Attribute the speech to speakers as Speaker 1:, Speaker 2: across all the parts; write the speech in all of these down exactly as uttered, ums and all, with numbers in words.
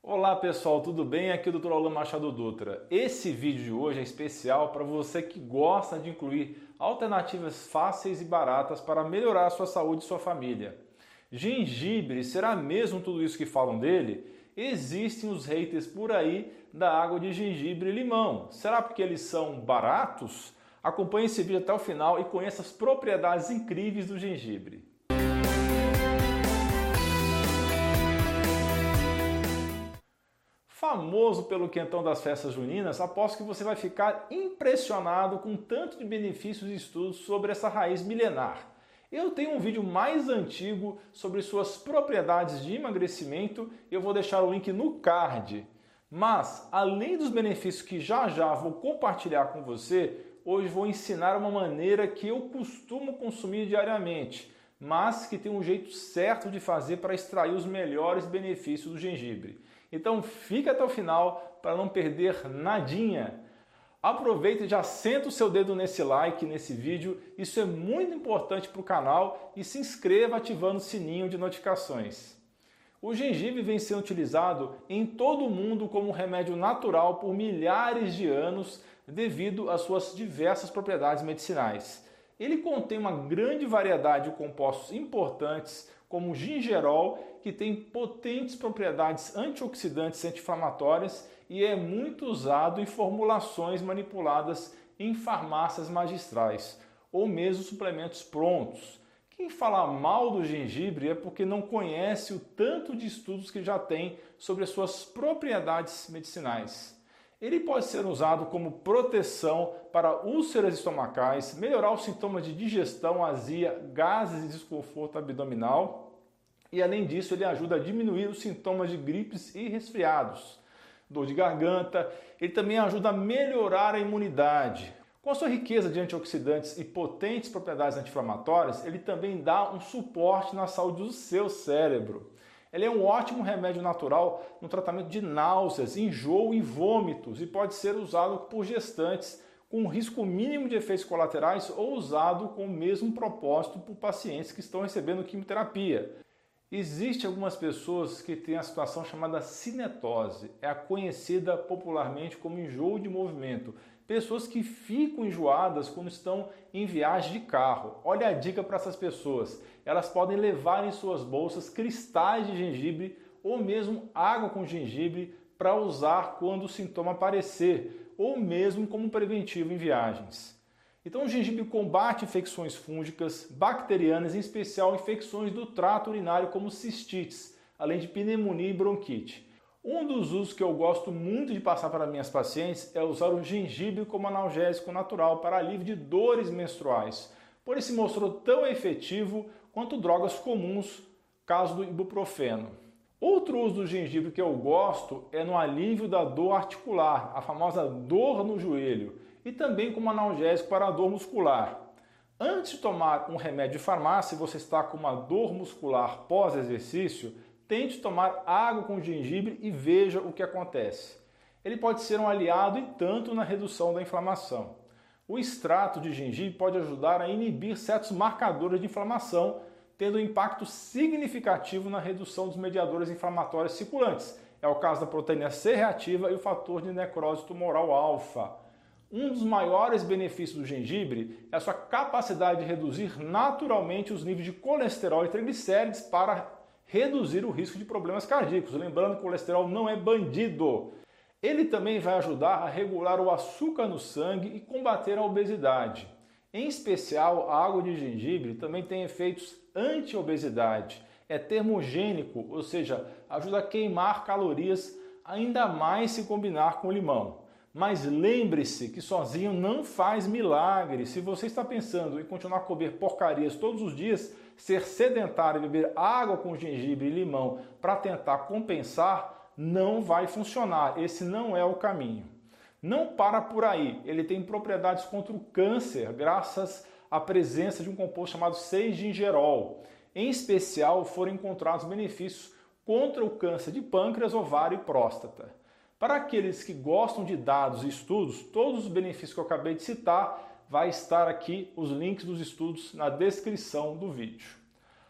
Speaker 1: Olá pessoal, tudo bem? Aqui é o doutor Alan Machado Dutra. Esse vídeo de hoje é especial para você que gosta de incluir alternativas fáceis e baratas para melhorar a sua saúde e sua família. Gengibre, será mesmo tudo isso que falam dele? Existem os haters por aí da água de gengibre e limão. Será porque eles são baratos? Acompanhe esse vídeo até o final e conheça as propriedades incríveis do gengibre. Famoso pelo quentão das festas juninas, aposto que você vai ficar impressionado com o tanto de benefícios e estudos sobre essa raiz milenar. Eu tenho um vídeo mais antigo sobre suas propriedades de emagrecimento e eu vou deixar o link no card. Mas, além dos benefícios que já já vou compartilhar com você, hoje vou ensinar uma maneira que eu costumo consumir diariamente, mas que tem um jeito certo de fazer para extrair os melhores benefícios do gengibre. Então fica até o final para não perder nadinha. Aproveita e já senta o seu dedo nesse like, nesse vídeo, isso é muito importante para o canal, e se inscreva ativando o sininho de notificações. O gengibre vem sendo utilizado em todo o mundo como remédio natural por milhares de anos devido às suas diversas propriedades medicinais. Ele contém uma grande variedade de compostos importantes, como o gingerol, que tem potentes propriedades antioxidantes e anti-inflamatórias e é muito usado em formulações manipuladas em farmácias magistrais, ou mesmo suplementos prontos. Quem fala mal do gengibre é porque não conhece o tanto de estudos que já tem sobre as suas propriedades medicinais. Ele pode ser usado como proteção para úlceras estomacais, melhorar os sintomas de digestão, azia, gases e desconforto abdominal. E além disso, ele ajuda a diminuir os sintomas de gripes e resfriados, dor de garganta. Ele também ajuda a melhorar a imunidade. Com a sua riqueza de antioxidantes e potentes propriedades anti-inflamatórias, ele também dá um suporte na saúde do seu cérebro. Ele é um ótimo remédio natural no tratamento de náuseas, enjoo e vômitos e pode ser usado por gestantes com um risco mínimo de efeitos colaterais ou usado com o mesmo propósito por pacientes que estão recebendo quimioterapia. Existem algumas pessoas que têm a situação chamada cinetose, é a conhecida popularmente como enjoo de movimento. Pessoas que ficam enjoadas quando estão em viagem de carro. Olha a dica para essas pessoas. Elas podem levar em suas bolsas cristais de gengibre ou mesmo água com gengibre para usar quando o sintoma aparecer, ou mesmo como preventivo em viagens. Então o gengibre combate infecções fúngicas, bacterianas, em especial infecções do trato urinário como cistites, além de pneumonia e bronquite. Um dos usos que eu gosto muito de passar para minhas pacientes é usar o gengibre como analgésico natural para alívio de dores menstruais, por isso se mostrou tão efetivo quanto drogas comuns, caso do ibuprofeno. Outro uso do gengibre que eu gosto é no alívio da dor articular, a famosa dor no joelho, e também como analgésico para a dor muscular. Antes de tomar um remédio de farmácia, se você está com uma dor muscular pós-exercício, tente tomar água com gengibre e veja o que acontece. Ele pode ser um aliado e tanto na redução da inflamação. O extrato de gengibre pode ajudar a inibir certos marcadores de inflamação, tendo um impacto significativo na redução dos mediadores inflamatórios circulantes. É o caso da proteína C reativa e o fator de necrose tumoral alfa. Um dos maiores benefícios do gengibre é a sua capacidade de reduzir naturalmente os níveis de colesterol e triglicérides para reduzir o risco de problemas cardíacos. Lembrando que o colesterol não é bandido. Ele também vai ajudar a regular o açúcar no sangue e combater a obesidade. Em especial, a água de gengibre também tem efeitos anti-obesidade. É termogênico, ou seja, ajuda a queimar calorias, ainda mais se combinar com limão. Mas lembre-se que sozinho não faz milagre. Se você está pensando em continuar a comer porcarias todos os dias, ser sedentário e beber água com gengibre e limão para tentar compensar, não vai funcionar. Esse não é o caminho. Não para por aí. Ele tem propriedades contra o câncer, graças à presença de um composto chamado seis gingerol. Em especial, foram encontrados benefícios contra o câncer de pâncreas, ovário e próstata. Para aqueles que gostam de dados e estudos, todos os benefícios que eu acabei de citar, vai estar aqui os links dos estudos na descrição do vídeo.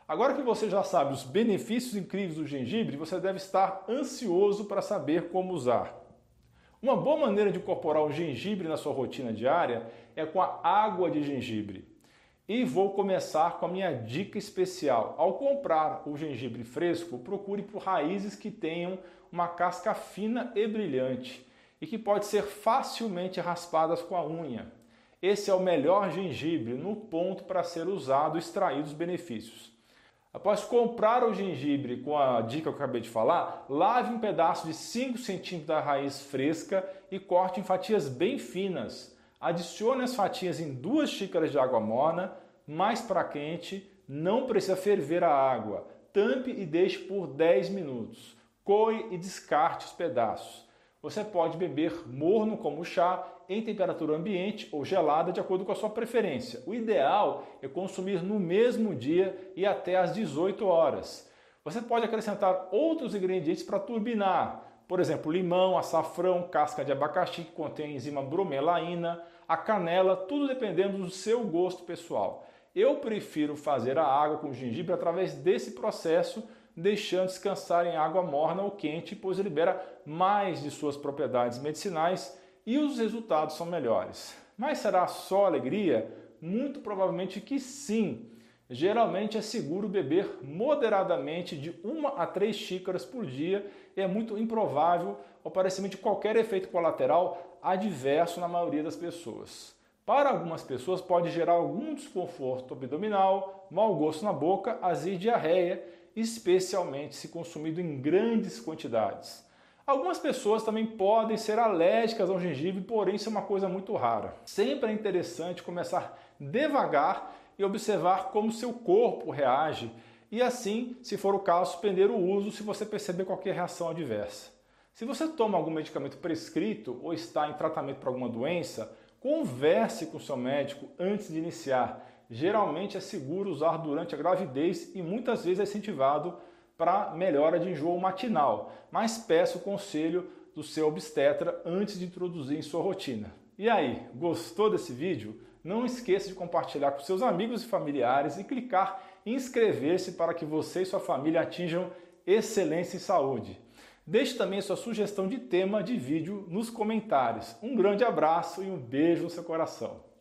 Speaker 1: Agora que você já sabe os benefícios incríveis do gengibre, você deve estar ansioso para saber como usar. Uma boa maneira de incorporar o gengibre na sua rotina diária é com a água de gengibre. E vou começar com a minha dica especial. Ao comprar o gengibre fresco, procure por raízes que tenham uma casca fina e brilhante e que pode ser facilmente raspadas com a unha. Esse é o melhor gengibre no ponto para ser usado e extrair os benefícios. Após comprar o gengibre com a dica que eu acabei de falar, lave um pedaço de cinco centímetros da raiz fresca e corte em fatias bem finas. Adicione as fatias em duas xícaras de água morna, mais para quente, não precisa ferver a água. Tampe e deixe por dez minutos. Coe e descarte os pedaços. Você pode beber morno como chá, em temperatura ambiente ou gelada, de acordo com a sua preferência. O ideal é consumir no mesmo dia e até às dezoito horas. Você pode acrescentar outros ingredientes para turbinar, por exemplo, limão, açafrão, casca de abacaxi que contém a enzima bromelaína, a canela, tudo dependendo do seu gosto pessoal. Eu prefiro fazer a água com gengibre através desse processo, deixando descansar em água morna ou quente, pois libera mais de suas propriedades medicinais e os resultados são melhores. Mas será só alegria? Muito provavelmente que sim. Geralmente é seguro beber moderadamente de uma a três xícaras por dia e é muito improvável o aparecimento de qualquer efeito colateral adverso na maioria das pessoas. Para algumas pessoas pode gerar algum desconforto abdominal, mau gosto na boca, azia e diarreia, especialmente se consumido em grandes quantidades. Algumas pessoas também podem ser alérgicas ao gengibre, porém isso é uma coisa muito rara. Sempre é interessante começar devagar e observar como seu corpo reage e assim, se for o caso, suspender o uso se você perceber qualquer reação adversa. Se você toma algum medicamento prescrito ou está em tratamento para alguma doença, converse com seu médico antes de iniciar. Geralmente é seguro usar durante a gravidez e muitas vezes é incentivado para melhora de enjoo matinal, mas peça o conselho do seu obstetra antes de introduzir em sua rotina. E aí, gostou desse vídeo? Não esqueça de compartilhar com seus amigos e familiares e clicar em inscrever-se para que você e sua família atinjam excelência em saúde. Deixe também sua sugestão de tema de vídeo nos comentários. Um grande abraço e um beijo no seu coração.